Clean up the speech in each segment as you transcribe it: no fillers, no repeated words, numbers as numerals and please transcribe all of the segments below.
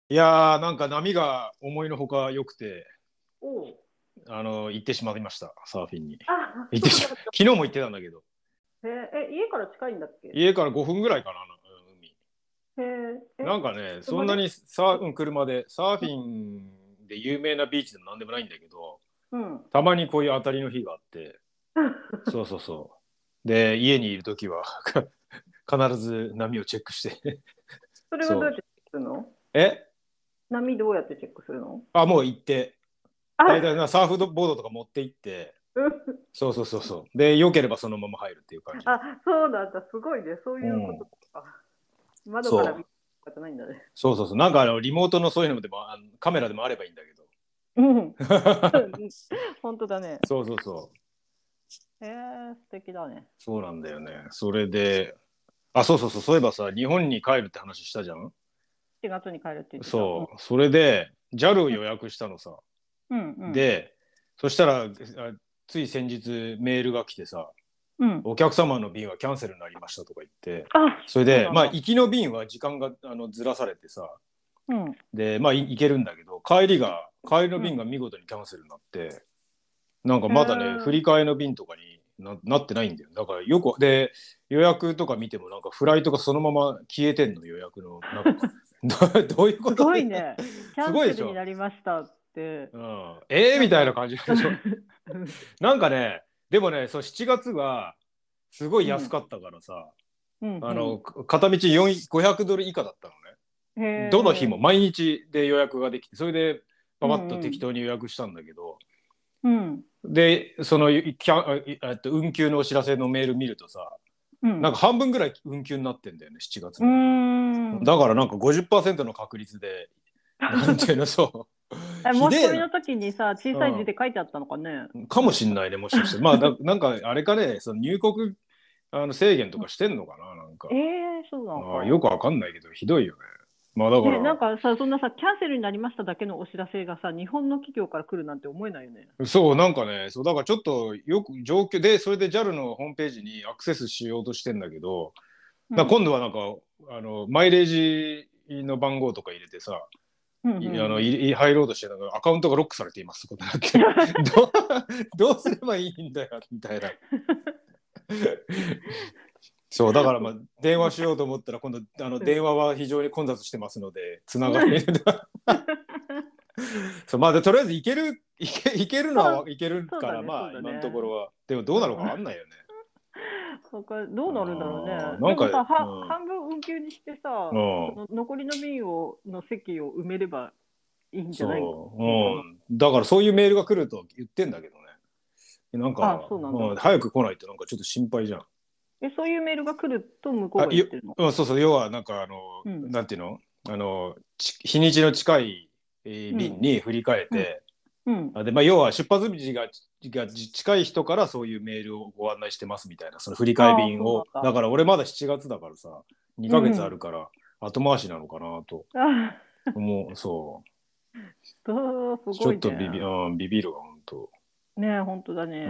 いやー、なんか波が思いのほか良くて、 おう。 行ってしまいました、サーフィンに。 あ、 行ってしま、 そうだった。 昨日も行ってたんだけど、 家から近いんだっけ？ 家から5分ぐらいかな、海。 へえ、 なんかね、そ車で？ んなに車で、サーフィンで有名なビーチでもなんでもないんだけど、 うん。 たまにこういう当たりの日があって、そうそうそう。で、家にいるときは必ず波をチェックしてそれはどうやってチそう。 ェックするの？ え波どうやってチェックするの？ あ、もう行って、大体あ、 なサーフボードとか持って行って、 うん。 そうそうそうそう。で、良ければそのまま入るっていう感じ。 あ、そうなんだ。すごいね。そうういうことん。 か。窓から見そう。 たことないんだね。 そうそうそう。なんかリモートのそういうのでもカメラでもあればいいんだけど。 うん。本当だね。 そうそうそう。 素敵だね。 そうなんだよね。それで、あ、そうそうそう。そういえばさ、日本に帰るって話したじゃん。 4月に帰るって言ってた。うん。 そう。それで、JAL を予約したのさ。 うんうん。 で、そしたら、つい先日メールが来てさ、 うん。 お客様の便はキャンセルになりましたとか言って、 あ、 それで、まあ、 そうなんだ。 行きの便は時間がずらされてさ、 うん。 で、まあ、行けるんだけど、帰りのうん。 便が見事にキャンセルになって、なんかへまだね、振え。 り替えの便とかになってないんだよ。だからよく、で、予約とか見ても、なんかフライトがそのまま消えてんの、予約の。なんかどういうこすとでごいね。キすャンごいでしょ。 セルになりましたって。 うん、みたいななんか、 感じでしょ。なんかね、でもね、そう7月がすごいうん、 安かったからさ、 うん、 片道500ドル以下だったのね。 うん。へどの日もえ、 毎日で予約ができて、それでパうパッとん、うん、 適当に予約したんだけど、 うん、 で、その運休のお知らせのメール見るとさ、 うん。 なんか半分ぐらい運休になってんだよね、7月うーの。 ん。 だからなんか50%の確率で、なんていうの、そう、ひでえな。 申し込みの時にさ、小さい字で書いてあったのかね。 かもしんないね、もしかして。まあ、なんか、あれかね、その入国制限とかしてんのかな、なんか。 そうなのか。 よくわかんないけど、ひどいよね。まあ、だかね、なんら、 かさ、そんなさ、キャンセルになりましただけのお知らせがさ、日本の企業から来るなんて思えないよね。 そう、なんかね、そう、だからちょっとよく状況で、それで JAL のホームページにアクセスしようとしてんだけど、 うん、 今度はなんか、マイレージの番号とか入れてさ、 うん、うん、うん。 入ろうとしてなんかアカウントがロックされていますとかなってどうすればいいんだよみたいな。そうだからまあ電話しようと思ったら今度電話は非常に混雑してますのでつながれるそうまあとりあえずいけるのそう、 はいけるそうだね、 からまそうだね。 あ今のところはでもどうなるかうん。 わかんないよね。 どうなるんだろうね。 なんかでもさ、 うん半分運休にしてさ、そうんの残りの便の席を埋めればいいんじゃないそう、 のかな。 だからそういうメールが来ると言ってんだけどね。なんあ、 か、 そうなんだ。 早く来ないとなんかちょっと心配じゃん。 そういうメールが来ると向こうが言ってるの？ そうそう、要はなんかうん、 なんていうの日にちの近い、便うん、 に振り替えうん、 て、 うん。 で、まあ、要は出発日が近い人からそういうメールをご案内してますみたいな、その振り替えああ、 便を、 そうなんだ。 だから俺まだ7月だからさ、2ヶ月あるうん。 から後回しなのかなとあ、 思う、そすう、ちょごいね。 っとビビるわ、本当。 ねえ、本当だね。 うん、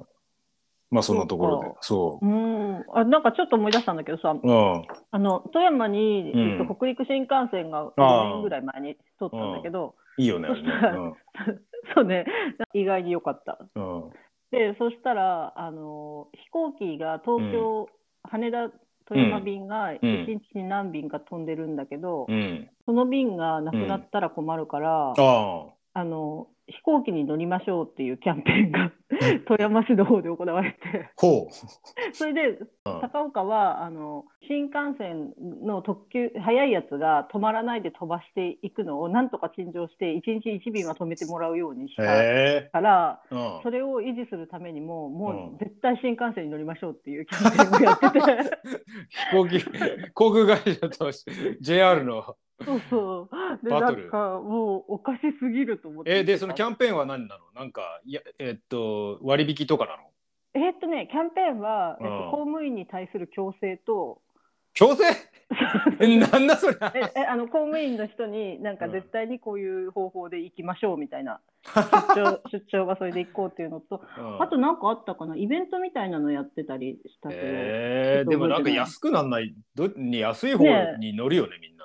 まあそんそうなところで、 か。 そなんかちょっと思い出したんだけどさ、 う、 富山に、 うん、 北陸新幹線が5年ぐあらい前に通ったんだあ、 けど、 いいよね、あれね。 そしたら、そうね、意外に良かった。 うん、うん、 で、そしたら、飛行機がうん、 東京、羽田、富山うん、 便が1 うん、 日に何便か飛んでるんだけど、 うん、 その便がなくなうん。 ったら困るから、 ああ、 飛行機に乗りましょうっていうキャンペーンが富山市の方で行われて、 ほそれでう。うん、 高岡は新幹線の特急早いやつが止まらないで飛ばしていくのをなんとか陳情して1日1便は止めてもらうようにしへたえ、 から、 うん、 それを維持するためにももううん。 絶対新幹線に乗りましょうっていうキャンペーンをやってて飛行機、航空会社と JR のそうそう。で、 バトル。 なんかもうおかしすぎると思ってで、 言ってた。 そのキャンペーンは何なのなんか、割引とかなキャンペーンは、公の？うん。 務員に対する強制と、 強制なんだそりゃ。 公務員の人になんうん。 か絶対にこういう方法で行きましょうみたいな出張がそれで行こうっていうのと、 うん。 あとなんかあったかな、イベントみたいなのやってたりしたけど、ちょっとでもなんか覚えてない。 安くなんない、安い方ねえ、 に乗るよね、みんな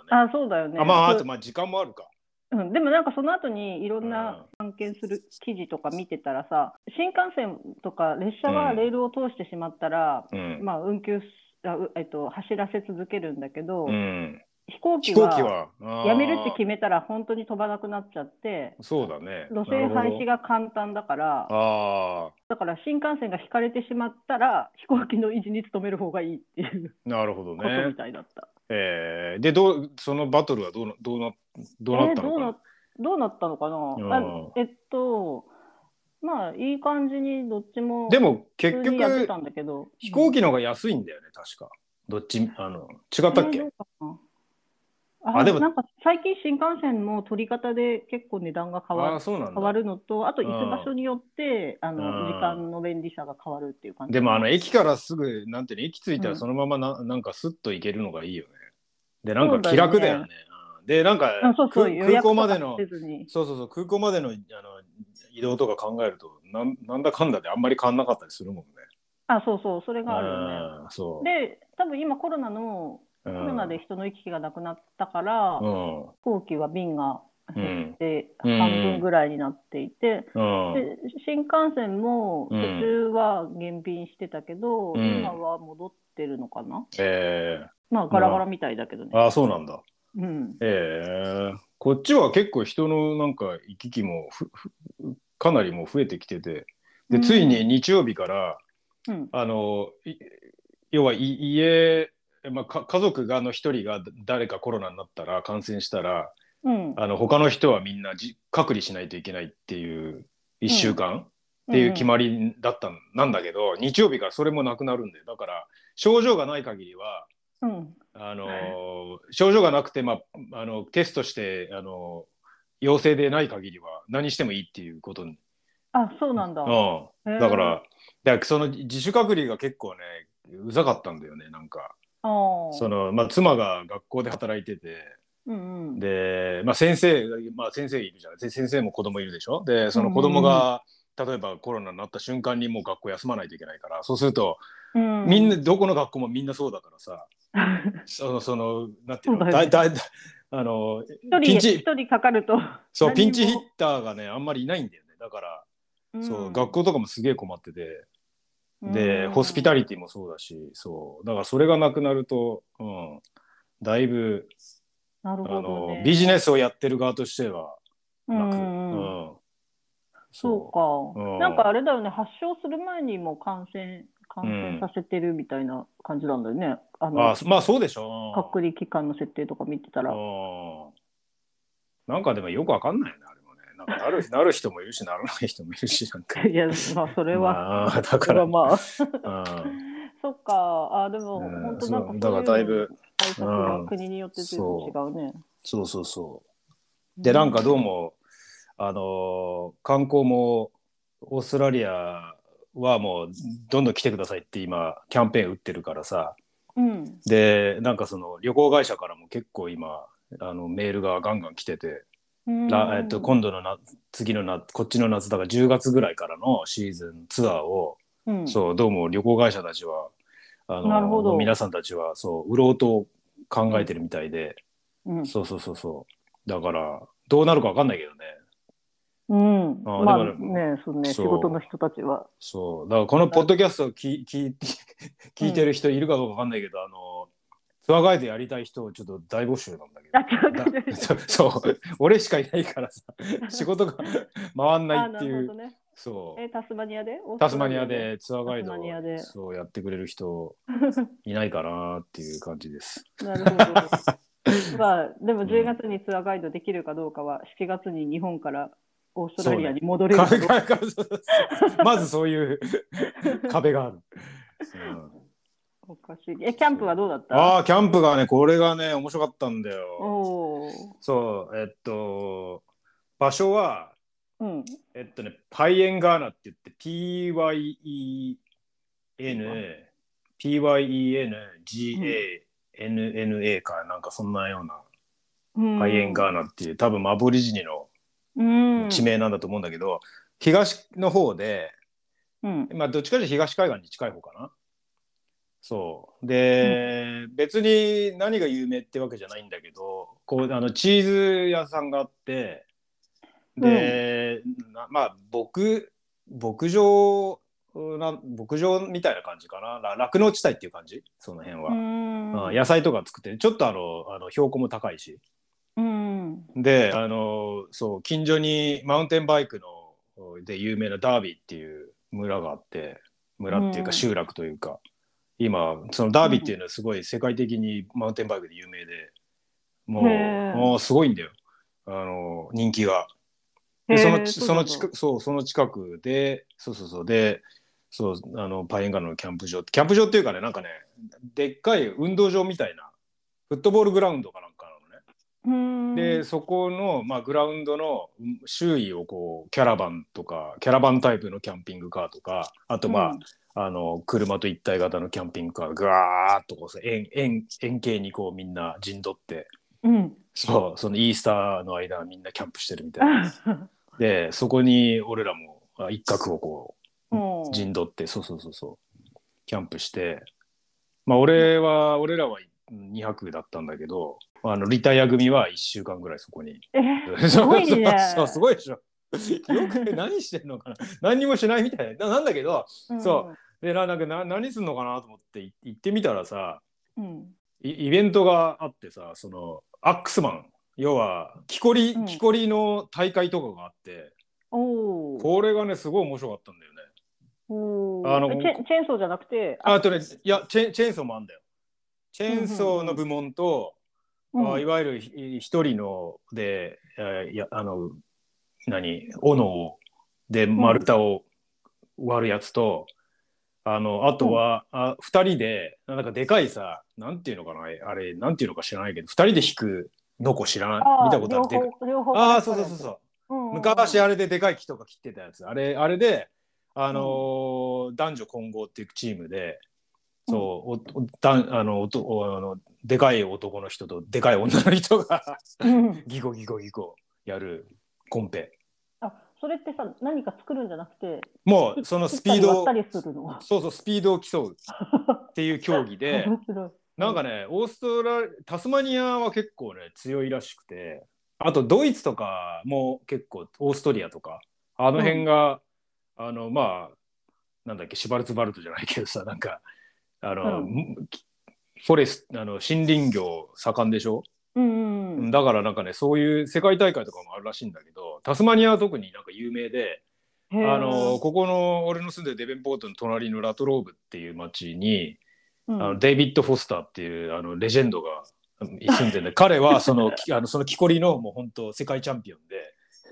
あ、そうだよね。 あと時間もあるか。 でもなんかその後にいろんな関係する記事とか見てたらさ、新幹線とか列車はレールを通してしまったら、運休走らせ続けるんだけど、飛行機はやめるって決めたら本当に飛ばなくなっちゃって、 そうだね。 路線廃止が簡単だから、だから新幹線が引かれてしまったら飛行機の維持に努める方がいいっていうことみたいだった。 でそのバトルはどうなったのかな。 どうなったのかな。まあいい感じにどっちもでも結局やってたんだけど、 飛行機の方が安いんだよね、確か。どっち違ったっけ。 でもなんか最近新幹線も取り方で結構値段が変わるのと、あと行く場所によって時間の便利さが変わるっていう感じ。 でも駅からすぐなんていうの、駅着いたらそのままなんかスッと行けるのがいいよね。でなんか気楽だよね。でなんか空港までの空港までの移動とか考えるとなんだかんだであんまり変わんなかったりするもんね。 それがあるよね。で多分今コロナで人の行き来がなくなったから、飛行機は便が減って半分ぐらいになっていて、で新幹線も途中は減便してたけど、今は戻ってるのかな。まあガラガラみたいだけどね。 そうなんだ。こっちは結構人のなんか行き来もかなりもう増えてきてて、でついに日曜日から、要は家家族が一人が誰かコロナになったら感染したら、他の人はみんな隔離しないといけないっていう1週間っていう決まりなんだけど、日曜日からそれもなくなるんで、だから症状がない限りは、症状がなくて、テストして陽性でない限りは何してもいいっていうことに。 そうなんだ。 だからその自主隔離が結構ねうざかったんだよね。なんか妻が学校で働いてて、で、先生いるじゃない。先生も子供いるでしょ。でその子供が、例えばコロナになった瞬間にもう学校休まないといけないから、そうすると、みんなどこの学校もみんなそうだからさなんていうの、 一人かかるとピンチヒッターがねあんまりいないんだよね。だから学校とかもすげえ困ってて、でホスピタリティもそうだし、だからそれがなくなると、だいぶビジネスをやってる側としては楽。 そうか。なんかあれだよね、発症する前にも感染させてるみたいな感じなんだよね。 そうでしょ。 隔離期間の設定とか見てたら。 なんかでもよくわかんないよね、あれもね。なんかなる人もいるし、ならない人もいるし、なんか。 いや、それは。 だから。 そっか。でも、本当なんか、だからだいぶ対策が国によって随分違うね。 で、なんかどうも、観光もオーストラリアはもうどんどん来てくださいって今キャンペーン打ってるからさ、でなんかその旅行会社からも結構今メールがガンガン来てて、今度の次のこっちの夏だから10月ぐらいからのシーズンツアーを、どうも旅行会社たちは皆さんたちは売ろうと考えてるみたいで、だからどうなるか分かんないけどね。 まあね、仕事の人たちは。 だからこのポッドキャストを聞いてる人いるかどうか分かんないけど、ツアーガイドやりたい人をちょっと大募集なんだけど。俺しかいないからさ、仕事が回んないっていう。 タスマニアでツアーガイドをやってくれる人いないかなっていう感じです。 なるほど。でも10月にツアーガイドできるかどうかは7月に日本からオーストラリアに戻れるかどうか。 まずそういう壁がある。 おかしい。キャンプはどうだった？ キャンプがね、これがね面白かったんだよ。場所はパイエンガーナって言って PYENGANNA かなんかそんなような、パイエンガーナっていう多分アボリジニの地名なんだと思うんだけど、東の方で、どっちかというと東海岸に近い方かな。 そうで、別に何が有名ってわけじゃないんだけど、こうチーズ屋さんがあって、で、まあ牧場みたいな感じかな、酪農地帯っていう感じ、その辺は。野菜とか作ってちょっと標高も高いし、でそう近所にマウンテンバイクので有名なダービーっていう村があって、村っていうか集落というか、今そのダービーっていうのはすごい世界的にマウンテンバイクで有名で、もうすごいんだよ、人気が。でその近くでパイエンガのキャンプ場っていうかね、なんかね、でっかい運動場みたいなフットボールグラウンドかなんかなのね。でそこの、グラウンドの周囲をこうキャラバンタイプのキャンピングカーとか、あと車と一体型のキャンピングカーがぐわーっとこう円形にこうみんな陣取って、そのイースターの間みんなキャンプしてるみたいなで、そこに俺らも一角をこう陣取って、そうキャンプして、俺らは2泊だったんだけど、リタイア組は1週間ぐらいそこに。 すごいね。 すごいでしょ。よく何してんのかな、何にもしないみたいなんだけど、そうでなんか何すんのかなと思って行ってみたらさ、イベントがあってさ、そのアックスマン、要は木こりの大会とかがあって、これがねすごい面白かったんだよね。 チェーンソーじゃなくて、 いやチェーンソーもあんだよ。チェーンソーの部門と、いわゆる一人ので斧で丸太を割るやつと、あとは、2人でなんかでかいさ、なんていうのかな、あれなんていうのか知らないけど、2人で引くのこ知らない？見たことある？そう、昔あれででかい木とか切ってたやつ、あれで男女混合っていうチームで、でかい男の人とでかい女の人がギコギコやるコンペ。 それってさ、何か作るんじゃなくて、 もうそのスピードをスピードを競うっていう競技でなんかね、タスマニアは結構ね強いらしくて、あとドイツとかも結構、オーストリアとかあの辺が、なんだっけ、シュバルツバルトじゃないけどさ、なんかフォレス森林業盛んでしょ。だからなんかね、そういう世界大会とかもあるらしいんだけど、タスマニアは特になんか有名で、ここの俺の住んでるデベンポートの隣のラトローブっていう町に、デイビッド・フォスターっていうレジェンドが住んでるんで彼はその木こりのもう本当世界チャンピオンで、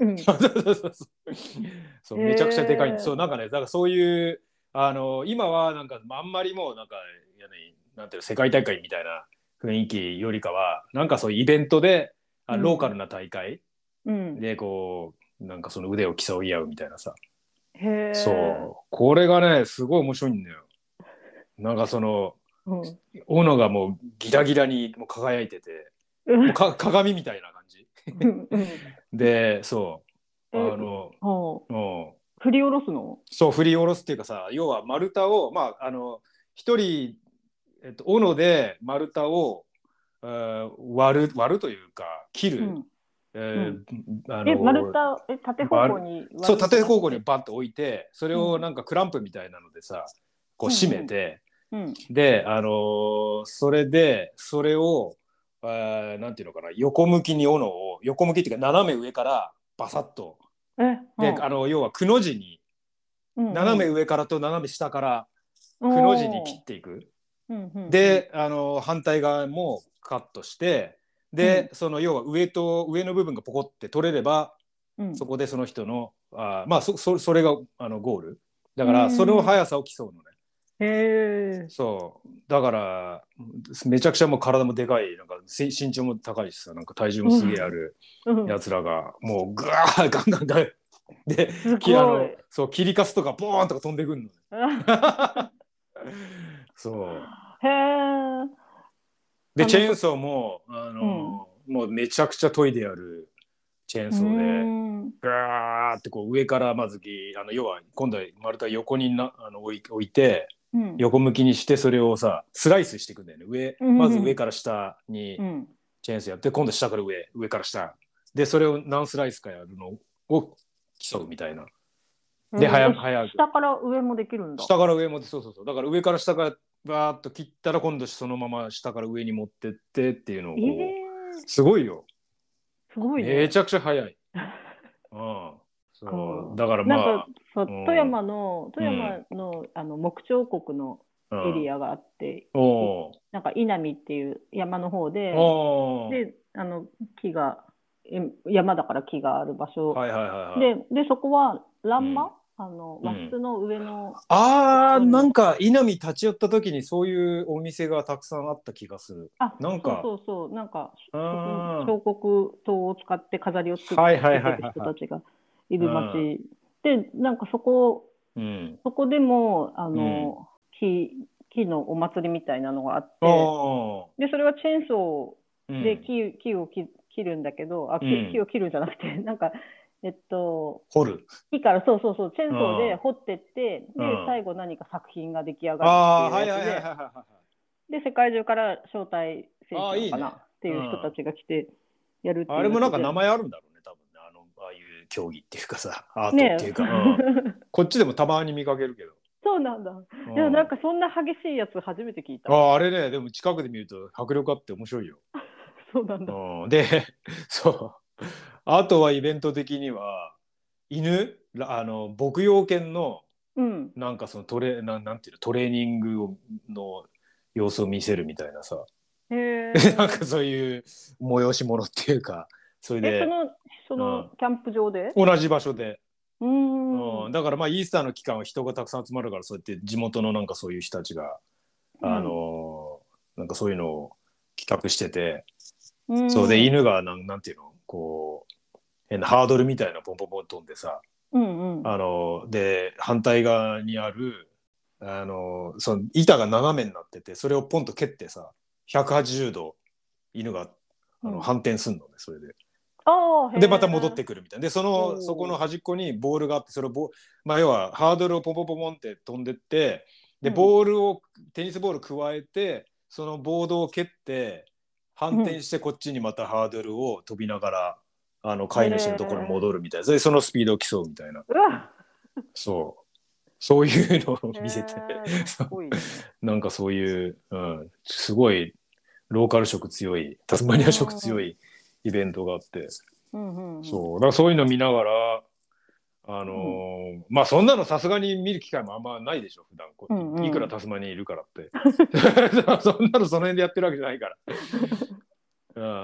そうめちゃくちゃでかいんです。そうなんかね、だからそういう今はなんかあんまりもうなんかなんていうの、世界大会みたいな雰囲気よりかは、なんかそういうイベントでローカルな大会でこうなんかその腕を競い合うみたいなさ。そうこれがねすごい面白いんだよ。なんかその斧がもうギラギラにもう輝いてて、もう鏡みたいな感じで、そう振り下ろすの？ そう振り下ろすっていうかさ、要は丸太を一人斧で丸太を割るというか切る。 丸太縦方向にそう縦方向にバッと置いて、それをなんかクランプみたいなのでさこう締めて、でそれをなんていうのかな、横向きに斧を横向きっていうか斜め上からバサッとで要はくの字に斜め上からと斜め下からくの字に切っていく。で反対側もカットして、でその要は上の部分がポコって取れれば、そこでその人のそれがゴールだから、その速さを競うのね。そうだからめちゃくちゃもう体もでかい、なんか身長も高いしさ、なんか体重もすげえあるやつらがもうグワーガンガンガンでそう切りかすとかボーンとか飛んでくるのね。そうでチェーンソーももうめちゃくちゃ研いでやるチェーンソーでガーってこう上からまず要は今度は丸太横に置いて、 横向きにしてそれをさスライスしていくんだよね。まず上から下にチェーンソーやって、今度下から上から下でそれを何スライスかやるのを競うみたいな。で早く下から上もできるんだ。 下から上もそうだから上から下からバーッと切ったら今度そのまま下から上に持ってってっていうのをすごいよ。 すごいね。 めちゃくちゃ早い。そうだからまあ富山の木彫刻のエリアがあって、なんか稲見っていう山の方で、木が山だから木がある場所で、そこは欄間、和室の上のなんか稲見立ち寄った時にそういうお店がたくさんあった気がする。なんかなんか彫刻刀を使って飾りを作ってる人たちがいる町で、なんかそこでも木のお祭りみたいなのがあって、でそれはチェーンソーで木を切るんだけど、木を切るんじゃなくてなんか掘る木からチェーンソーで掘ってって、で最後何か作品が出来上がるっていうやつで、世界中から招待選手かなっていう人たちが来てやるっていう。 あれもなんか名前あるんだろうね、多分ね。ああいう競技っていうかさ、アートっていうか、こっちでもたまに見かけるけど。 そうなんだ。でもなんかそんな激しいやつ初めて聞いた。 あれね、でも近くで見ると迫力あって面白いよ。 そうなんだ。 で、そうあとはイベント的には犬、牧羊犬のなんかそのなんていうの、トレーニングの様子を見せるみたいなさ、なんかそういう催し物っていうか、それでそのキャンプ場で同じ場所で、だからまあイースターの期間は人がたくさん集まるから、そうやって地元のなんかそういう人たちがなんかそういうのを企画してて、そうで犬がなんていうの、こう変なハードルみたいなポンポンポン飛んでさ、で反対側にあるその板が斜めになってて、それをポンと蹴ってさ180度犬が反転すんのね、それで。でまた戻ってくるみたいな。でそこの端っこにボールがあって、それをまあ要はハードルをポンポンポンポンって飛んでって、でボールをテニスボール加えて、そのボードを蹴って反転してこっちにまたハードルを飛びながら飼い主のところに戻るみたいな。そのスピードを競うみたいな。そういうのを見せて、なんかそういう、すごいローカル色強い、タスマニア色強いイベントがあって、そうだからそういうの見ながら、まあそんなのさすがに見る機会もあんまないでしょ、普段いくらタスマニアいるからってそんなのその辺でやってるわけじゃないから、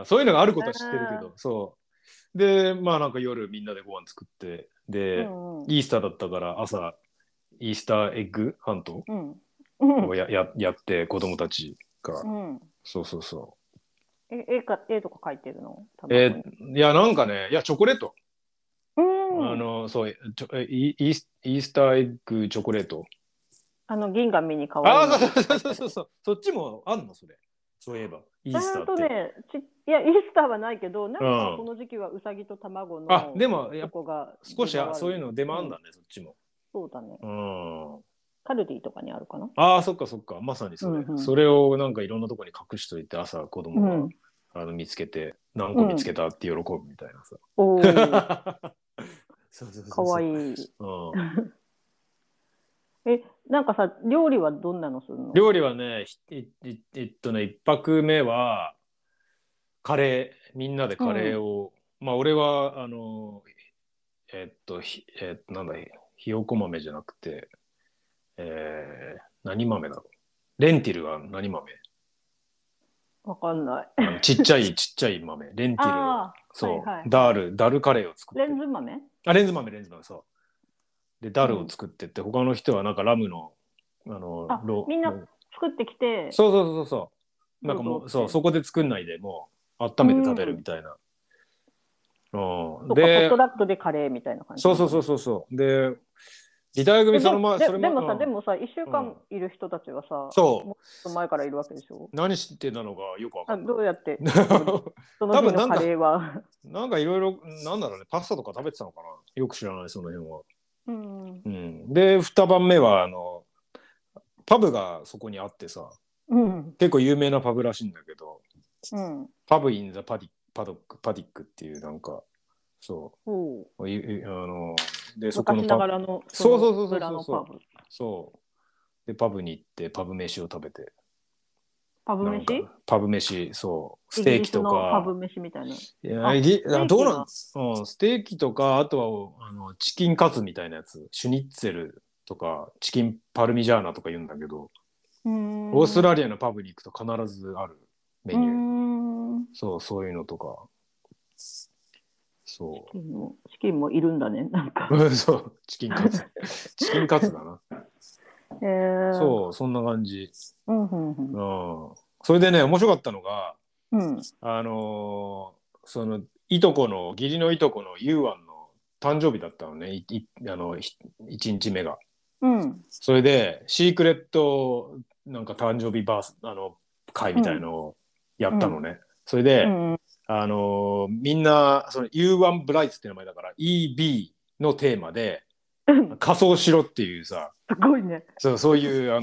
そういうのがあることは知ってるけど、そうでまあなんか夜みんなでご飯作って、で、イースターだったから朝イースターエッグハントをやって子供たちが、そう絵とか描いてるの？ いやなんかね、いやチョコレート、そうイースターエッグチョコレート、 銀紙に可愛い。 そっちもあんのそれ？そういえばイースターって。 いやイースターはないけど、なんかこの時期はウサギと卵のでもやっぱ少しそういうの出回んだね、そっちも。 そうだね。カルディとかにあるかな。 そっかまさにそれ、それをなんかいろんなとこに隠しといて、朝子供が見つけて何個見つけたって喜ぶみたいなさ。 かわいい。なんかさ、料理はどんなのするの？ 料理はね、1泊目はカレー、みんなでカレーを、まあ俺はなんだ、ひよこ豆じゃなくて、何豆だろう。レンティルは何豆？ わかんない。 ちっちゃい豆。レンティルの、そう、ダルカレーを作って。 レンズ豆？ レンズ豆、そう。で、ダルを作ってって、他の人はなんかラムの、 みんな作ってきて。 そう。なんかもう、そこで作んないで、もう、温めて食べるみたいな。 で、ポットラットでカレーみたいな感じ。 そう。で、リタイア組その前、 でもさ、1週間いる人たちはさ、もっと前からいるわけでしょ。 何してたのかよくわかんない。 どうやってその日のカレーは。 なんかいろいろ、なんだろうね、パスタとか食べてたのかな。よく知らない、その辺は。で、2晩目は、 パブがそこにあってさ、 うん、 結構有名なパブらしいんだけど、 うん、 パブインザパディックっていうなんかそうでそこの昔ながらのそう村のパブ。 そうでパブに行ってパブ飯を食べて、 パブ飯？ パブ飯、そうスイギテーキとリスのパブか、 飯みたいな。 いやあ、 どうなん、ステーキとか、あとはチキンカツみたいなやつ、シュニッツェルとかチキンパルミジャーナとか言うんだけど、オーストラリアのパブに行くと必ずあるメニュー。そういうのとか。そう。 チキンもいるんだね、なんか。 そう、チキンカツ。チキンカツだな。そう、そんな感じ。それでね、面白かったのが、その義理のいとこのユーアンの誕生日だったのね、1日目が。それで、シークレットなんか誕生日会みたいのをやったのね。それで、みんな、その U1 ブライツって名前だから EB のテーマで仮装しろっていうさ、 すごいね。 そういう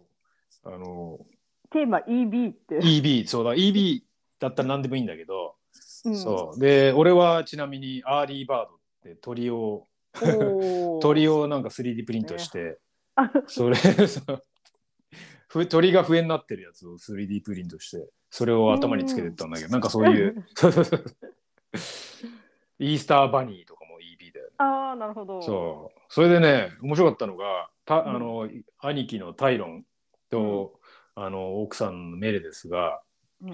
テーマ EB って。 EB、そうだ、EB だったら何でもいいんだけど、そう。で、俺はちなみにアーリーバードって鳥をなんか 3D プリントして、それ、鳥が笛になってるやつを 3D プリントして、それを頭につけてったんだけど、なんかそういう、イースターバニーとかも EB だよね。 ああ、なるほど。 そう。それでね、面白かったのが、兄貴のタイロンと、奥さんのメレですが、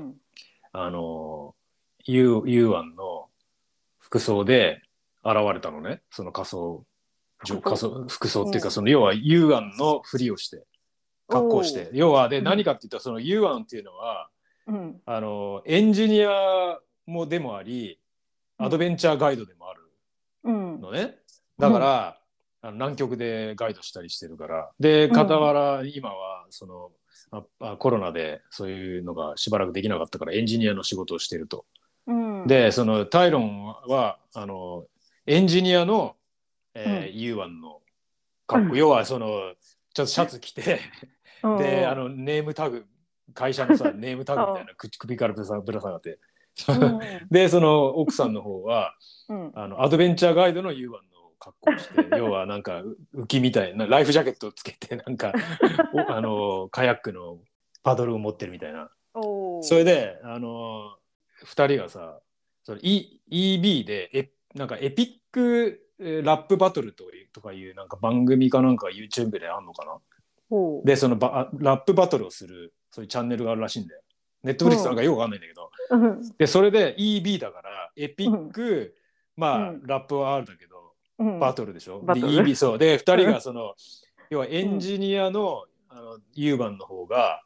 ユーアンの服装で現れたのね。その服装っていうか、要はユーアンのふりをして、格好して。要は、で、何かって言ったら、そのユーアンっていうのは、エンジニアでもあり、アドベンチャーガイドでもあるのね。だから、南極でガイドしたりしてるから。で、傍ら、今は、コロナでそういうのがしばらくできなかったからエンジニアの仕事をしてると。で、そのタイロンはエンジニアの、ユーアンの格好、要はちょっとシャツ着てでネームタグ、会社のさネームタグみたいな首からぶら下がってでその奥さんの方はアドベンチャーガイドのユーアンの格好をして要はなんか浮きみたいなライフジャケットをつけてなんかカヤックのパドルを持ってるみたいな。それで2人がさEB でなんかエピックラップバトルとかいうなんか番組かなんか YouTube であんのかな。でそのラップバトルをするそういうチャンネルがあるらしいんだよ。ネットフリックスなんかよくわかんないんだけど、でそれで EB だからエピック、ラップはあるんだけど、バトルでしょ。で EB そうで2人が要はエンジニアのユーバンの方が、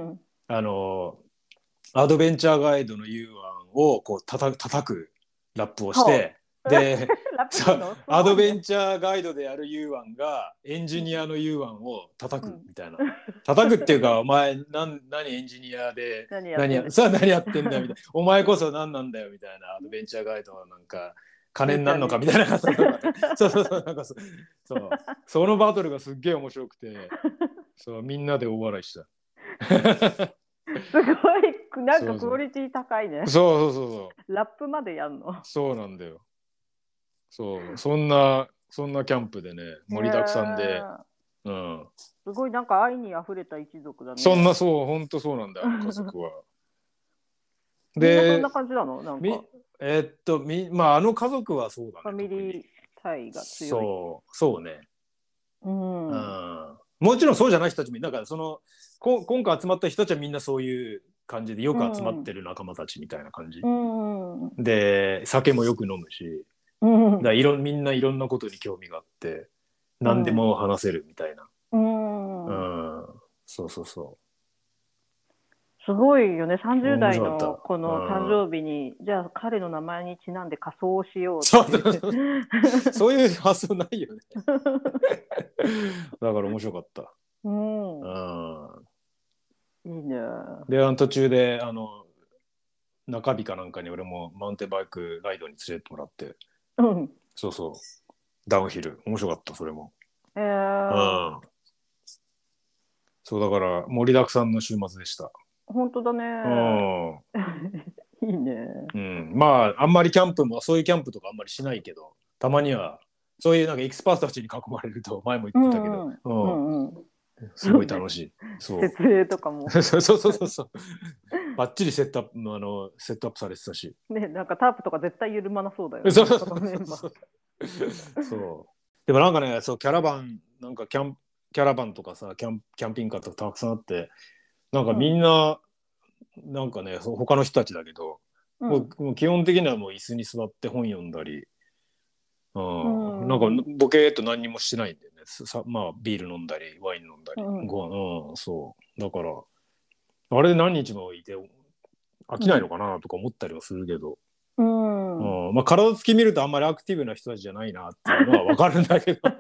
アドベンチャーガイドのユーアンをこう叩くラップをして、でアドベンチャーガイドであるユーアンがエンジニアのユーアンを叩くみたいな、叩くっていうかお前何エンジニアで何やってんだよみたいなお前こそ何なんだよみたいな、アドベンチャーガイドはなんか金になるのかみたいなそうなんかそのバトルがすっげえ面白くてみんなで大笑いした。 すごいなんかクオリティ高いね。 そうラップまでやんの。 そうなんだよ。そんなキャンプでね盛りだくさんで、 すごいなんか愛にあふれた一族だね。 本当そうなんだよ家族は。 で、みんなそんな感じなの？なんかあの家族はそうだね。 ファミリー体が強い。 そうね。もちろんそうじゃない人たちもなんか今回集まった人たちはみんなそういう感じでよく集まってる仲間たちみたいな感じ、で酒もよく飲むし、みんないろんなことに興味があって何でも話せるみたいな。そうすごいよね。30代のこの誕生日にじゃあ彼の名前にちなんで仮装をしようってそういう発想ないよねだから面白かった。 いいね。 で途中で中日かなんかに俺もマウンテンバイクライドに連れてってもらって、ダウンヒル面白かったそれも。 そうだから盛りだくさんの週末でした。 本当だね。いいね。 まああんまりキャンプもそういうキャンプとかあんまりしないけど、たまにはそういうなんかエキスパートたちに囲まれると前も言ってたけど、すごい楽しい。 そう設営とかも。 そう。バッチリセットアップされてたし。 ね、なんかタープとか絶対緩まなそうだよね。 そう。でもなんかね、そうキャラバンなんかキャラバンとかさキャンピングカーとかたくさんあって、なんかみんな、なんかね他の人たちだけど、もう基本的にはもう椅子に座って本読んだり、なんかボケーっと何にもしてないんだよね。まあビール飲んだりワイン飲んだり、そうだからあれで何日もいて飽きないのかなとか思ったりはするけど、まあ体つき見るとあんまりアクティブな人たちじゃないなっていうのは分かるんだけど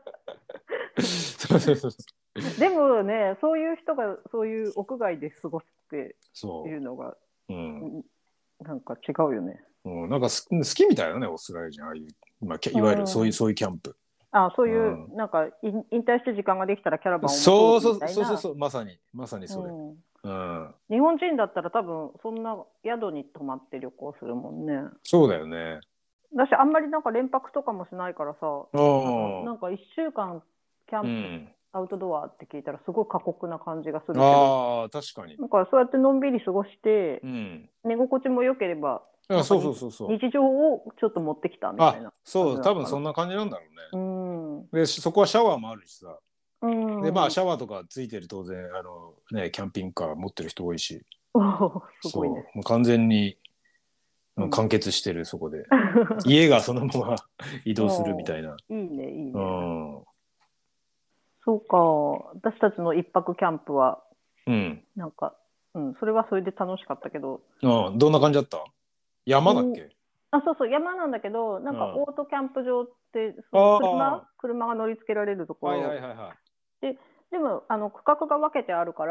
でもね、そういう人がそういう屋外で過ごすっていうのが、なんか違うよね。 なんか好きみたいなね、オーストラリア人、ああいう、いわゆるそういうキャンプ。 そういう、なんか引退して時間ができたらキャラバンを持とうみたいな。そう、まさにそれ。 日本人だったら多分そんな宿に泊まって旅行するもんね。 そうだよね。 私あんまりなんか連泊とかもしないからさ、なんか1週間キャンプ、アウトドアって聞いたらすごい過酷な感じがするけど、 確かに。 なんかそうやってのんびり過ごして、寝心地も良ければ日常をちょっと持ってきたみたいな。 そう多分そんな感じなんだろうね。でそこはシャワーもあるしさ。でまあシャワーとかついてる当然ねキャンピングカー持ってる人多いし。 すごいね。 もう完全に完結してるそこで家がそのまま移動するみたいな。 いいねいいね。そうか、私たちの一泊キャンプはなんかそれはそれで楽しかったけど。 どんな感じだった？山だっけ？ そう山なんだけど、なんかオートキャンプ場って車が乗り付けられるところでも区画が分けてあるから、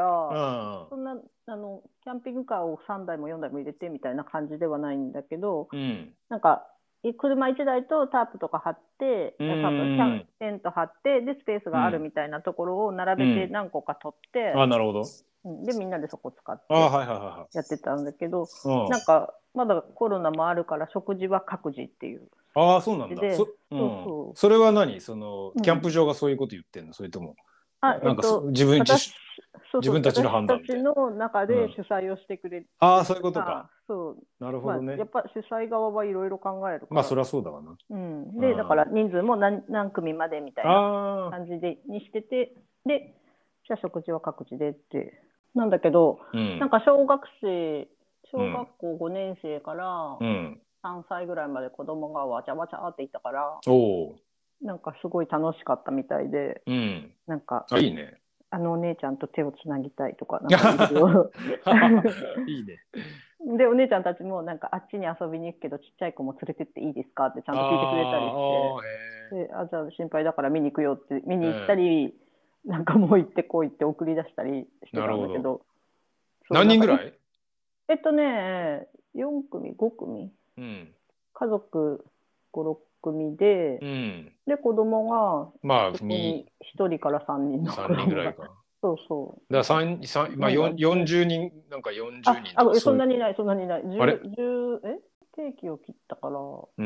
そんなキャンピングカーを3台も4台も入れてみたいな感じではないんだけど、なんか車1台とタープとか張って、テント張ってでスペースがあるみたいなところを並べて何個か取って、 なるほど。 でみんなでそこ使ってやってたんだけど、なんかまだコロナもあるから食事は各自っていう。 そうなんだ。それは何？そのキャンプ場がそういうこと言ってんの？それともなんか自分たちの判断みたいな。 私たちの中で主催をしてくれる。 そういうことか。なるほどね。 やっぱ主催側はいろいろ考えるから。 そりゃそうだわな。 でだから人数も何組までみたいな感じにしてて、でじゃあ食事は各自でってなんだけど、なんか小学校5年生から3歳ぐらいまで子供がわちゃわちゃっていたから、なんかすごい楽しかったみたいで、なんかいいね。 お姉ちゃんと手をつなぎたいとかいいね。 でお姉ちゃんたちもなんかあっちに遊びに行くけどちっちゃい子も連れてっていいですかってちゃんと聞いてくれたりして、じゃあ心配だから見に行くよって見に行ったり、なんかもう行ってこいって送り出したりしてたんだけど。 何人ぐらい ？4組5組、家族5、6組で、で子供が1人から3人の 3人ぐらいか。 そうだから40人なんか40人とか。 そんなにいない。あれ？定期を切ったから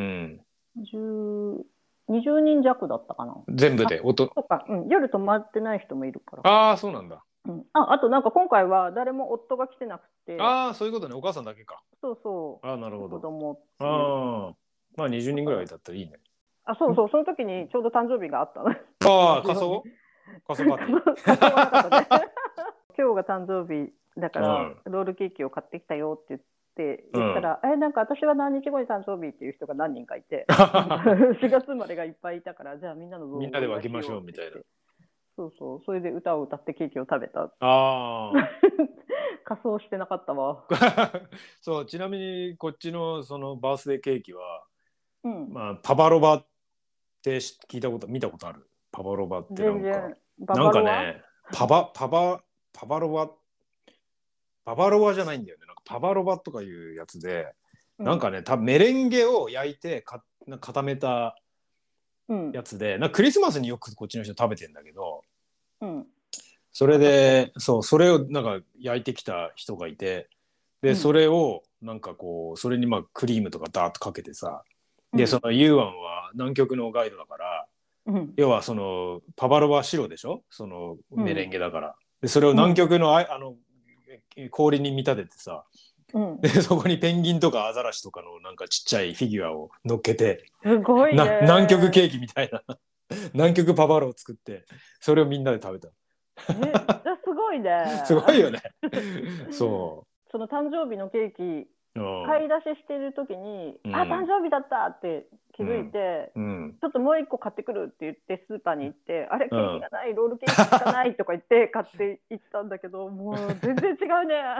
20人弱だったかな。 全部で夜泊まってない人もいるから。 そうなんだ。 あとなんか今回は誰も夫が来てなくて。 そういうことね。お母さんだけか。 そう。 なるほど。 子供。 まあ20人ぐらいだったらいいね。 その時にちょうど誕生日があったの。 仮装パーティー。 今日が誕生日だからロールケーキを買ってきたよって言ったら、なんか私は何日後に誕生日っていう人が何人かいて4月生まれがいっぱいいたから、じゃあみんなで分けましょうみたいな。 それで歌を歌ってケーキを食べた。仮装してなかったわ。 そう、ちなみにこっちのそのバースデーケーキは、パバロバって見たことある？パバロバってなんかね、パバロバじゃないんだよね。なんかパバロバとかいうやつで、なんかね、多分メレンゲを焼いて固めたやつで、なんかクリスマスによくこっちの人食べてんだけど、 それでそれをなんか焼いてきた人がいて、でそれをなんかこうそれにまあクリームとかダーッとかけてさ、でそのユーアンは南極のガイドだから、要はそのパバロは白でしょ、そのメレンゲだから、でそれを南極の氷に見立ててさ、でそこにペンギンとかアザラシとかのなんかちっちゃいフィギュアを乗っけて、 すごいね、 南極ケーキみたいな南極パバロを作ってそれをみんなで食べた。 すごいね。 すごいよね。その誕生日のケーキ買い出ししてる時に、あ、誕生日だったって気づいて、ちょっともう一個買ってくるって言ってスーパーに行って、あれケーキがない、ロールケーキしかないとか言って買って行ったんだけど、もう全然違うね。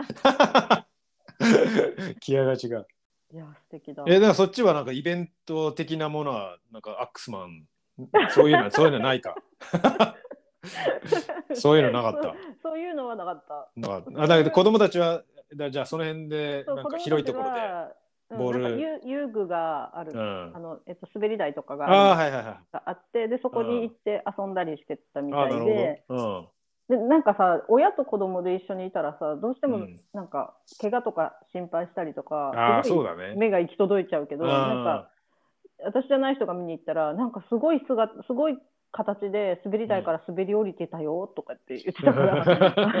気合が違う。 いや素敵だ。 だからそっちはなんかイベント的なものはなんかアックスマンそういうのないか。そういうのなかった。 そういうのはなかった。 だけど子供たちはじゃあその辺でなんか広いところでボール、 遊具がある、滑り台とかがあって、でそこに行って遊んだりしてたみたいで、でなんかさ、親と子供で一緒にいたらさ、どうしてもなんか怪我とか心配したりとか、すごい目が行き届いちゃうけど、なんか私じゃない人が見に行ったら、なんかすごい形で滑り台から滑り降りてたよとかって言ってたから、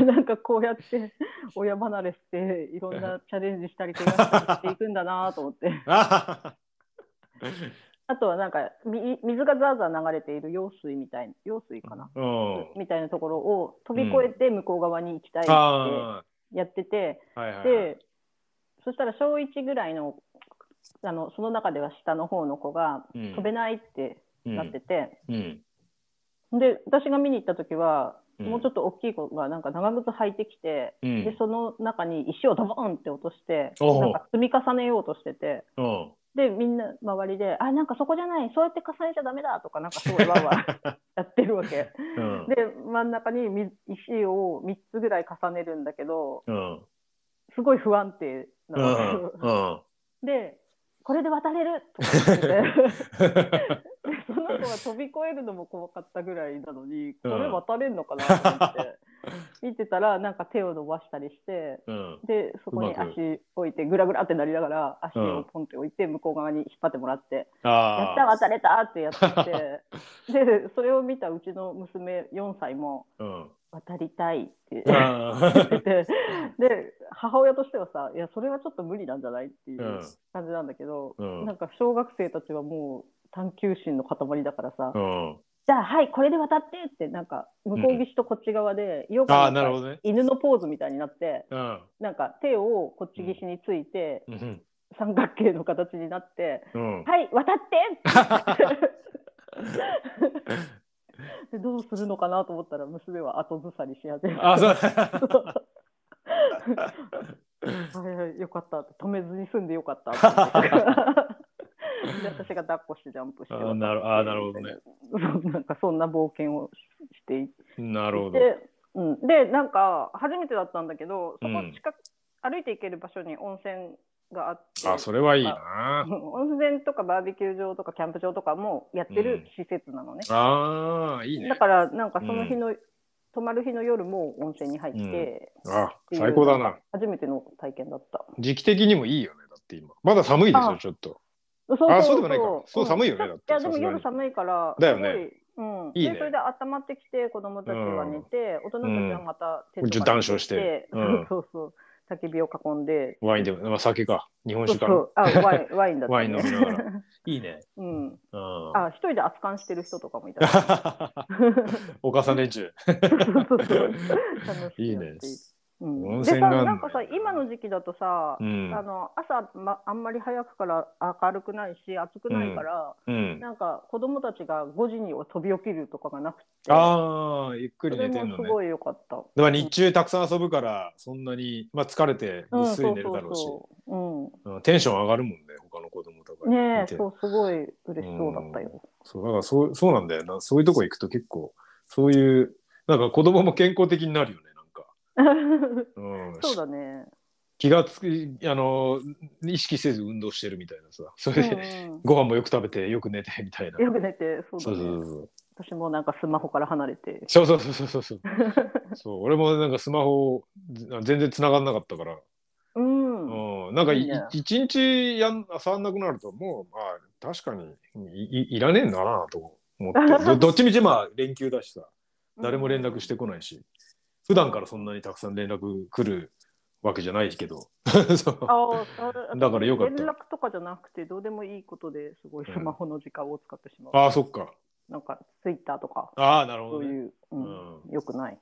なんかこうやって親離れしていろんなチャレンジしたり怪我したりしていくんだなと思って。あとはなんか水がザーザー流れている用水かな、みたいなところを飛び越えて向こう側に行きたいってやってて、でそしたら小1ぐらいのその中では下の方の子が飛べないってなってて、で私が見に行った時は、もうちょっと大きい子がなんか長靴履いてきて、でその中に石をドボンって落としてなんか積み重ねようとしてて、でみんな周りで「あ、なんかそこじゃない、そうやって重ねちゃダメだ」とかなんかすごいわわやってるわけ、で真ん中に石を3つぐらい重ねるんだけど、すごい不安定なわけで、これで渡れるとか言っててその子が飛び越えるのも怖かったぐらいなのに、これ渡れるのかなと思って見てたら、なんか手を伸ばしたりして、でそこに足置いてグラグラってなりながら足をポンって置いて向こう側に引っ張ってもらって、やった渡れたってやってでそれを見たうちの娘4歳も、渡りたいって言ってて、で母親としてはさ、いやそれはちょっと無理なんじゃないっていう感じなんだけど、なんか小学生たちはもう探求心の塊だからさ、じゃあはいこれで渡ってってなんか向こう岸とこっち側でヨガの犬のポーズみたいになって、なんか手をこっち岸について三角形の形になって、はい渡ってでどうするのかなと思ったら娘は後ずさりし始めた。よかったって、止めずに済んでよかったってで私が抱っこしてジャンプして、 なるほどね。 なんかそんな冒険をしていて、 なるほど。 でなんか初めてだったんだけど、そこ近く歩いて行ける場所に温泉があって、 それはいいな。 温泉とかバーベキュー場とかキャンプ場とかもやってる施設なのね。 いいね。 だからなんかその日の泊まる日の夜も温泉に入って、 最高だな。 初めての体験だった。 時期的にもいいよね。だって今まだ寒いですよちょっと。そうでもないか。そう寒いよね。だって。 いやでも夜寒いからだよね。 いいね。でそれで温まってきて子供たちは寝て、大人たちはまたテントから出て、 そう焚き火を囲んで、 ワインでも酒か日本酒かワインだった、 ワイン飲みながらいいね。 一人で熱燗してる人とかもいた。 お重ね中。いいね。 でさ、なんかさ、今の時期だとさ、朝、あんまり早くから明るくないし暑くないから、なんか子供たちが5時に飛び起きるとかがなくて、 ゆっくり寝てんのね。 すごい良かった。 だから日中たくさん遊ぶからそんなに疲れてぐっすり寝るだろうし、テンション上がるもんね、他の子供とかね。そう、すごい嬉しそうだったよ。 そうだからそうなんだよな。そういうとこ行くと結構そういうなんか子供も健康的になるよね。 そうだね。 気がつく意識せず運動してるみたいなさ、それでご飯もよく食べてよく寝てみたいな。 よく寝て、そうだね。 私もなんかスマホから離れて。 そう。そう俺もなんかスマホ全然繋がんなかったから。なんか一日触んなくなるともう確かにいらねえんだなと思ってどっちみち連休だしさ誰も連絡してこないし普段からそんなにたくさん連絡来るわけじゃないけどだからよかった。 連絡とかじゃなくてどうでもいいことですごいスマホの時間を使ってしまう。 そっか。 なんかツイッターとか。 なるほど、ね。 そういう、よくない。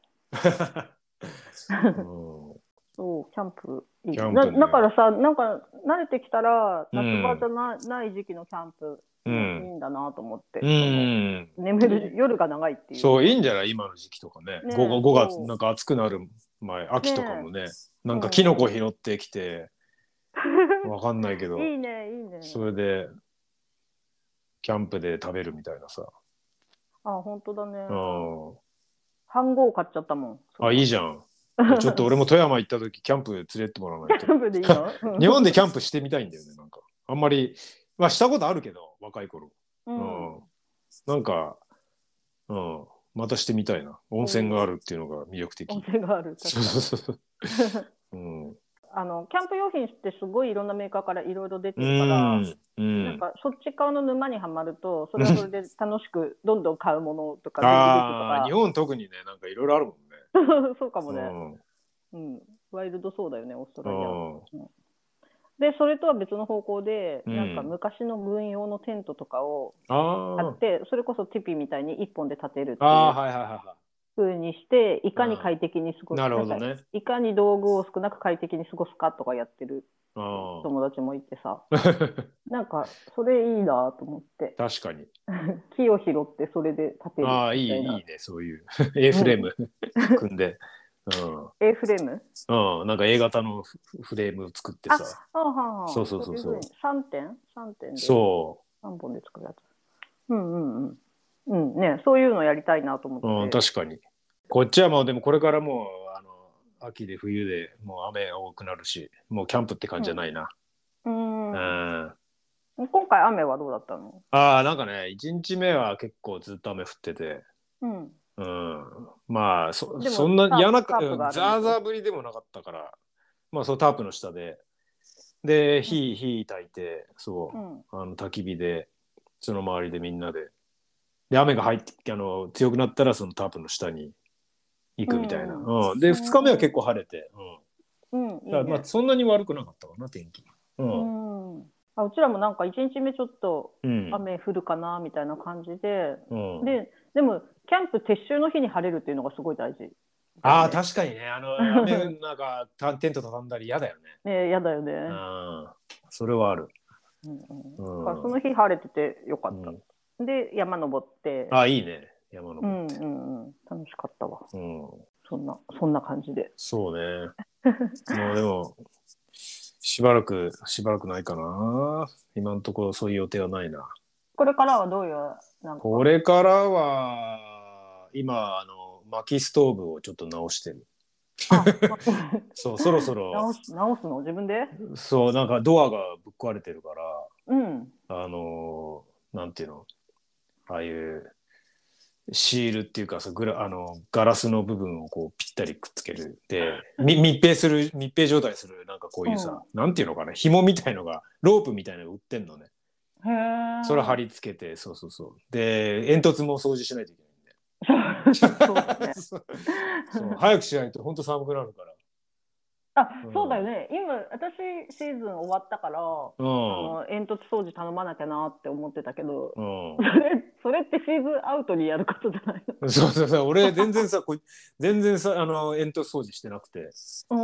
そう、キャンプいい。だからさ、なんか慣れてきたら夏場じゃない時期のキャンプいいんだなと思って。眠る夜が長いっていう。 そういいんじゃない今の時期とかね。5月なんか暑くなる前秋とかもねなんかキノコ拾ってきてわかんないけどいいね。 それでキャンプで食べるみたいなさ。 本当だね。飯盒買っちゃったもん。 いいじゃん。ちょっと俺も富山行った時キャンプ連れてってもらわないと。 キャンプでいいの？ 日本でキャンプしてみたいんだよね。なんかあんまりしたことあるけど若い頃。なんかまたしてみたいな。温泉があるっていうのが魅力的。 温泉がある。 そうキャンプ用品ってすごいいろんなメーカーからいろいろ出てるから、なんかそっち側の沼にはまるとそれはそれで楽しくどんどん買うものとか日本特にねなんかいろいろあるもんね。 そうかもね。ワイルドそうだよねオーストラリア。でそれとは別の方向で、なんか昔の軍用のテントとかを買ってそれこそティピみたいに一本で立てるっていう風にしていかに快適に過ごすか、いかに道具を少なく快適に過ごすかとかやってる友達もいてさなんかそれいいなと思って。 確かに木を拾ってそれで立てるみたいな。 いいねそういう A フレーム組んで。 A フレーム？ なんか A 型のフレーム作ってさ。そう。 3点で。 そう。 3本で作るやつ。ね、そういうのやりたいなと思って。 確かに。こっちはもうでもこれからもう秋で冬でもう雨が多くなるし、もうキャンプって感じじゃないな。 今回雨はどうだったの？ なんかね、1日目は結構ずっと雨降ってて。まあそんな嫌なザーザー降りでもなかったから、まあそうタープの下で火焚いて焚き火でその周りでみんなで雨が入って強くなったらそのタープの下に行くみたいな。で2日目は結構晴れて、まあそんなに悪くなかったかな天気。 うちらもなんか1日目ちょっと雨降るかなみたいな感じで、でもキャンプ撤収の日に晴れるっていうのがすごい大事。 確かにね雨なんかテント畳んだり嫌だよね。 嫌だよね。 それはある。 その日晴れててよかった。で山登って。 いいね山登って。 楽しかったわ。そんな感じで。 そうね。もうでもしばらくないかな。今のところそういう予定はないな。 これからはどういうこれからは今薪ストーブをちょっと直してる。そうそろそろ直すの自分で？ そうなんかドアがぶっ壊れてるから、なんていうのああいうシールっていうかさガラスの部分をこうぴったりくっつけるで密閉状態するなんかこういうさ、なんていうのかな紐みたいのがロープみたいなの売ってんのね。それ貼り付けてそうで煙突も掃除しないといけないんでそう早くしないと本当寒くなるから。 そうだよね。今私シーズン終わったから煙突掃除頼まなきゃなって思ってたけど、それってシーズンアウトにやることじゃないの？ そう俺全然さ煙突掃除してなくて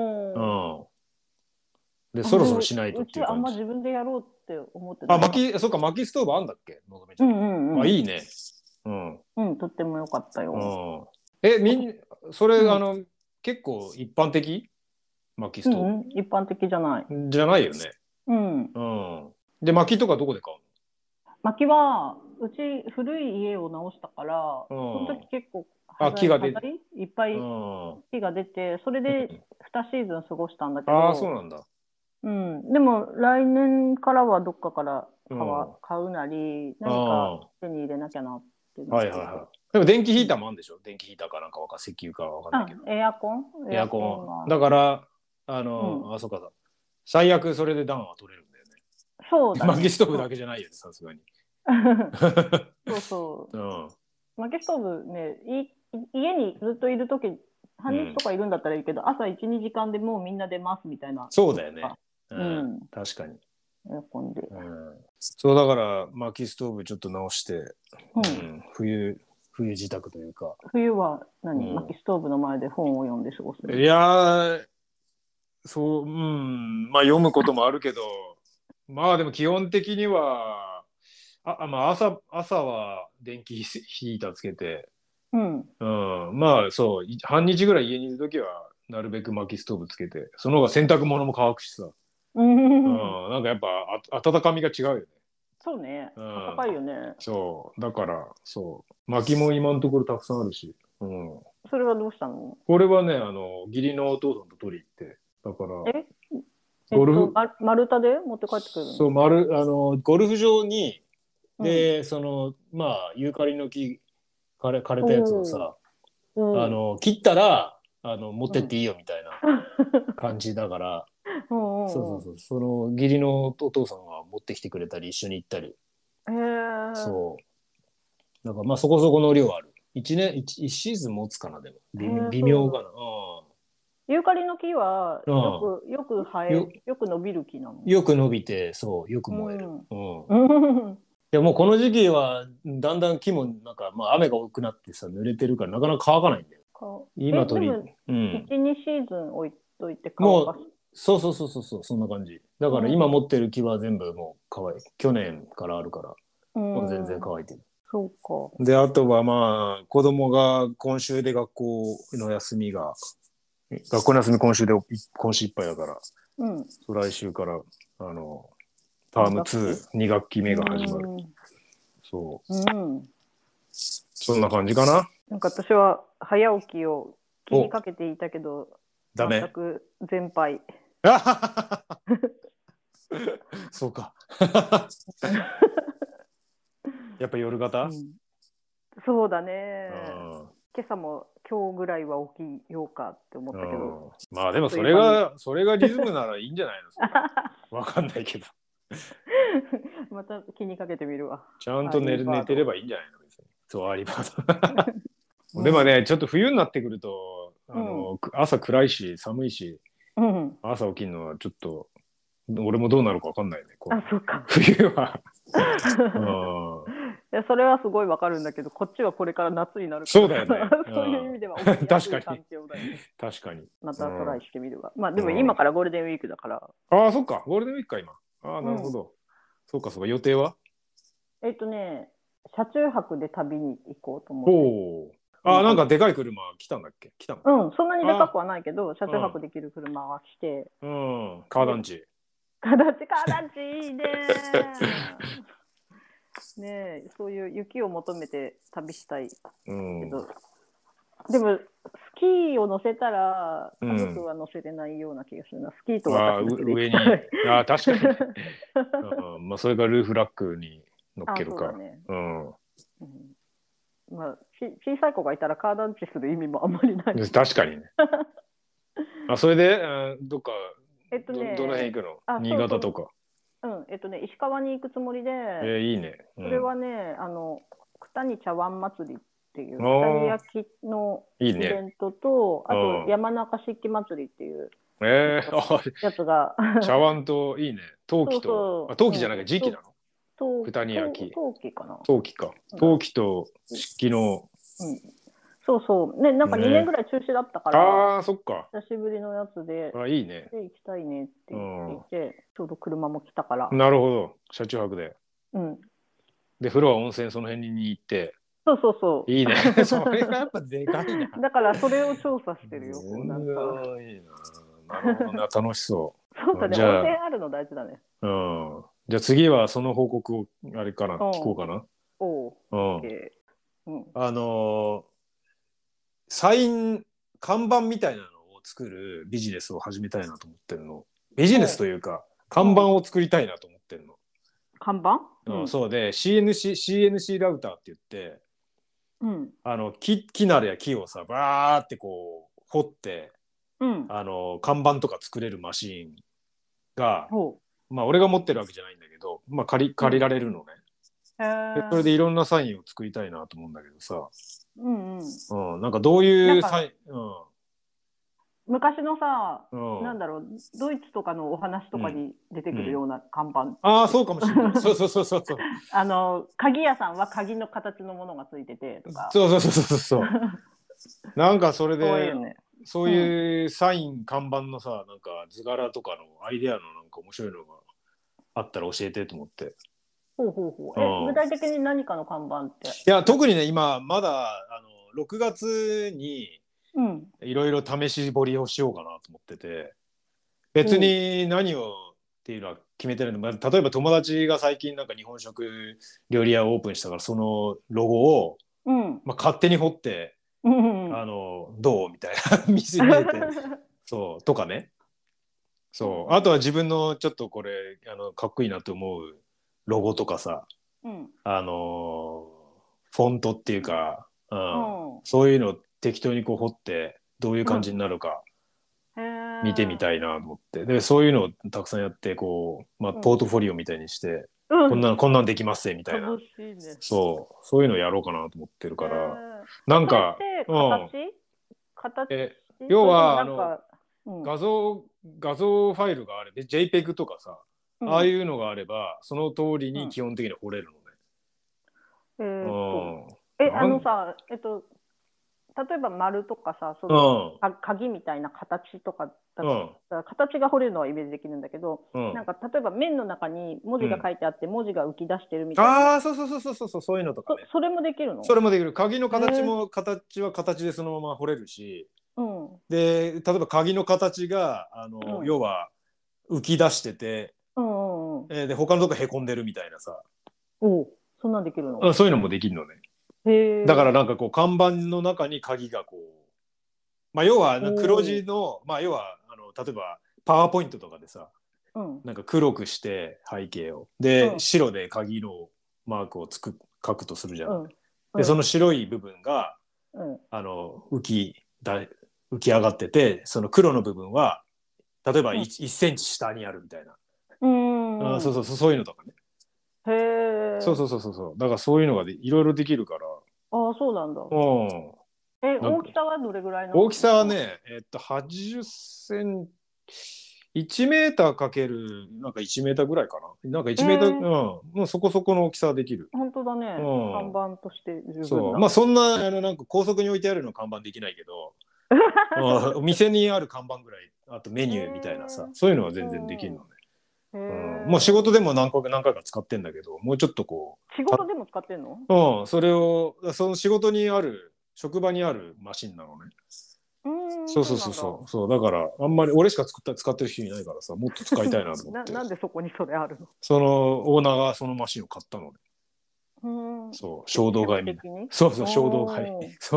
でそろそろしないとっていう感じ。 うちあんま自分でやろうって思ってた。 そうか薪ストーブあんだっけのぞみちゃん。いいね。 とってもよかったよ。 それ結構一般的？薪ストーブ？ 一般的じゃない。 じゃないよね。で薪とかどこで買うの？ 薪はうち古い家を直したから、その時結構木がいっぱい木が出て、それで2シーズン過ごしたんだけど。 そうなんだ。 でも来年からはどっかから買うなり何か手に入れなきゃなっってる。 はいはいはい。でも電気ヒーターもあるんでしょ？電気ヒーターかなんか石油かわかんないけど。 エアコンエアコン。だから、そうか。最悪それで暖は取れるんだよね。 そうだね。 薪ストーブだけじゃないよね、さすがに。 そうそう。薪ストーブね、家にずっといるとき、半日とかいるんだったらいいけど、朝1、2時間でもうみんな出ますみたいな。 そうだよね。確かに。 エアコンで。 そうだから薪ストーブちょっと直して、冬自宅というか。 冬は薪ストーブの前で本を読んで過ごす？ いやー、そう、まあ読むこともあるけど、まあでも基本的には、まあ朝は電気ヒーターつけて、まあそう、半日ぐらい家にいるときは、なるべく薪ストーブつけて、その方が洗濯物も乾くしさ。なんかやっぱ温かみが違うよね。 そうね。暖かいよね。 そう。だから、そう。薪も今のところたくさんあるし。 それはどうしたの？ これはね、義理のお父さんと取り行って、だから、 丸太で持って帰ってくるの？ そう、ゴルフ場に、で、まあ、ユーカリの木、枯れたやつをさ、切ったら、持ってっていいよみたいな感じだから、その義理のお父さんが持ってきてくれたり、一緒に行ったり。そう。だからまあそこそこの量ある。1シーズン持つかな、でも。微妙かな。 ユーカリの木はよく生え、よく伸びる木なの？ よく伸びて、そう、よく燃える。いやもうこの時期はだんだん木もなんか、まあ、雨が多くなってさ、濡れてるからなかなか乾かないんだよ。今でも1、2シーズン置いといて乾かす。 そう、そんな感じ。だから今持ってる木は全部もう乾い、去年からあるから、もう全然乾いてる。 そうか。 で、あとはまあ、子供が今週で学校の休み今週いっぱいだから、来週から、ターム2、2学期目が始まる。そう。そんな感じかな。 なんか私は早起きを気にかけていたけど、全く全敗。 そうか。やっぱ夜型？ そうだね。今朝も今日ぐらいは起きようかって思ったけど。 まあでもそれがリズムならいいんじゃないの？わかんないけど。 また気にかけてみるわ。 ちゃんと寝てればいいんじゃないの？別に。そう、アーリーバード。でもね、ちょっと冬になってくると、朝暗いし、寒いし、朝起きるのはちょっと、俺もどうなるか分かんないね。 そうか。 冬は。 いや、それはすごい分かるんだけど、こっちはこれから夏になるから。 そうだよね。 そういう意味では起きやすい環境だよね。 確かに。 またトライしてみるわ。まあでも今からゴールデンウィークだから。 そっか。ゴールデンウィークか、今。なるほど。そうか、予定は？ 車中泊で旅に行こうと思って。 なんかでかい車来たんだっけ？来たの？ そんなにでかくはないけど、車中泊できる車が来て。 カーダンチ。 カーダンチいいね。ねえ、そういう雪を求めて旅したいけど、でもスキーを乗せたら家族は乗せれないような気がするな。スキーと私だけで行きたい。 上に。確かに。まあそれがルーフラックに乗っけるか。 まあ小さい子がいたらカーダンチする意味もあんまりない。 確かにね。それでどっかどの辺行くの？新潟とか。 石川に行くつもりで、 いいね。 それはね、九谷茶碗祭りっていう谷焼きのイベントと、あと山中漆器祭りっていうやつが。 茶碗といいね。陶器と、陶器じゃなくて磁器なの？九谷焼き。 陶器かな。 陶器か。陶器と漆器の。 そうね、なんか2年ぐらい中止だったから、 そっか。 久しぶりのやつで、 いいね。 行きたいねって言っていて、ちょうど車も来たから。 なるほど、車中泊で。で、風呂は温泉その辺に行って。 そう。 いいね。それがやっぱでかいな。 だからそれを調査してるよ。 いいな。なるほどな、楽しそう。 そうだね、温泉あるの大事だね。 じゃあ次はその報告をあれかな、聞こうかな。看板みたいなのを作るビジネスを始めたいなと思ってるの。ビジネスというか、看板を作りたいなと思ってるの。 看板？ そうで、CNC ラウターって言って、 うん、 木なりや木をさバーってこう掘って、 うん、 看板とか作れるマシーンが、まあ俺が持ってるわけじゃないんだけど、まあ、借りられるのね。でそれでいろんなサインを作りたいなと思うんだけどさ、 うんうん、 なんかどういうサイン、 昔のさ、 なんだろう、ドイツとかのお話とかに出てくるような看板。 ああ、そうかもしれない。そうそうそうそう。 鍵屋さんは鍵の形のものがついててとか。 そうそうそうそう。なんかそれで、そういいうサイン、看板のさ、なんか図柄とかのアイデアのなんか面白いのがあったら教えてと思って。 ほうほうほう。具体的に何かの看板って？ いや、特にね、今、まだ、6月に、いろいろ試し彫りをしようかなと思ってて、別に何をっていうのは決めてるの、例えば友達が最近なんか日本食料理屋をオープンしたから、そのロゴを、勝手に彫って、どうみたいな見せてそうとかね。そうあとは自分のちょっとこれかっこいいなと思うロゴとかさ、フォントっていうか、そういうのを適当にこう彫ってどういう感じになるか見てみたいなと思って、でそういうのをたくさんやってこう、ポートフォリオみたいにして、こんなんできますみたいな、そういうのをやろうかなと思ってるから、なんか要は画像ファイルがあれば JPEG とかさ、ああいうのがあればその通りに基本的に彫れるのね。 さ、例えば丸とかさ、その鍵みたいな形とかだったら、形が彫れるのはイメージできるんだけど、なんか例えば面の中に文字が書いてあって文字が浮き出してるみたいな。 ああ、そうそういうのとかね。 それもできるの？ それもできる。鍵の形も形は形でそのまま彫れるし、で例えば鍵の形が要は浮き出してて、で他のとこへこんでるみたいなさ。 そんなんできるの？ そういうのもできるのね。だからなんかこう看板の中に鍵がこう、要は黒字の、要は例えばパワーポイントとかでさ、なんか黒くして背景をで、白で鍵のマークを書くとするじゃん。でその白い部分が浮き上がってて、その黒の部分は例えば 1センチ下にあるみたいな。そういうのとかね。そうだからそういうのがいろいろできるから。 そうなんだ。大きさはどれぐらいの？ 大きさはね、80センチ、1メーターかけるなんか1メーターぐらいかな。なんか1メーター、もうそこそこの大きさはできる。 本当だね。看板として十分だ。 そう、そんななんか高速に置いてあるの看板できないけど、お店にある看板ぐらい、あとメニューみたいなさ、そういうのは全然できるのね。もう仕事でも何回か使ってんだけど、もうちょっとこう。仕事でも使ってんの？ それをその仕事にある職場にあるマシンなのね。そうだからあんまり俺しか使ってる人いないからさ、もっと使いたいなと思って。 なんでそこにそれあるの？ そのオーナーがそのマシンを買ったので。そう衝動買いみたいな。そう衝動買い。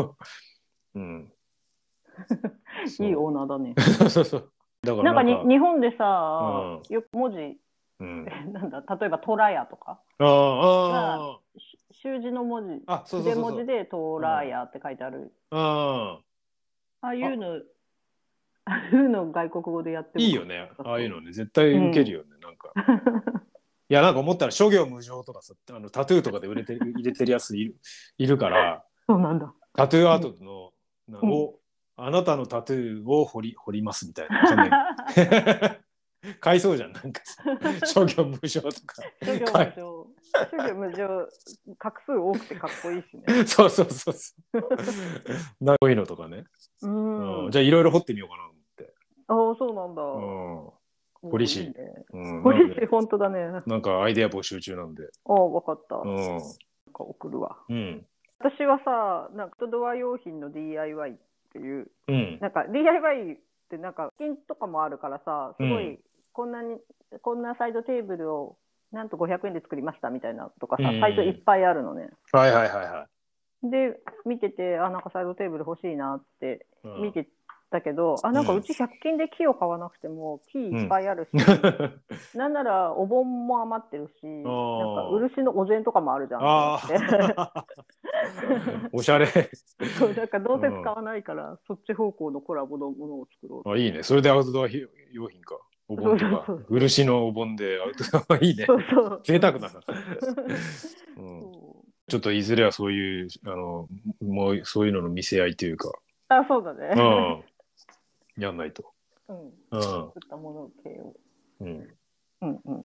いいオーナーだね。 そうだからなんか日本でさ、よく文字なんだ、例えばトラヤとか習字の文字、筆文字でトラヤって書いてある。ああいうの外国語でやってもいいよね。ああいうのね、絶対受けるよね。なんかいや、なんか思ったら諸行無常とかさ、タトゥーとかで入れてるやついるから、 そうなんだ。 タトゥーアートのあなたのタトゥーを彫りますみたいな。買いそうじゃん、なんか諸行無常とか。 諸行無常、画数多くてかっこいいしね。 そう。こういうのとかね。じゃあいろいろ彫ってみようかなと思って。 そうなんだ。 彫り師。 彫り師、本当だね。 なんかアイデア募集中なんで。 わかった。なんか送るわ。私はさ、なんかアウトドア用品の DIY っていう、なんか DIY ってなんか金とかもあるからさ、すごいこんなサイドテーブルをなんと500円で作りましたみたいなとかさ、サイトいっぱいあるのね。で見てて、なんかサイドテーブル欲しいなって見てたけど、なんかうち100均で木を買わなくても木いっぱいあるし、なんならお盆も余ってるし、なんか漆のお膳とかもあるじゃんっておしゃれ。 そう、だからどうせ使わないから、そっち方向のコラボのものを作ろう。 あ、いいね。それでアウトドア用品か。お盆とか、漆のお盆でアウトドアいいね。そうそう。贅沢だな。ちょっといずれはそういうもうそういうのの見せ合いというか。 あ、そうだね。 やんないと。 作ったもの系を。うんうん。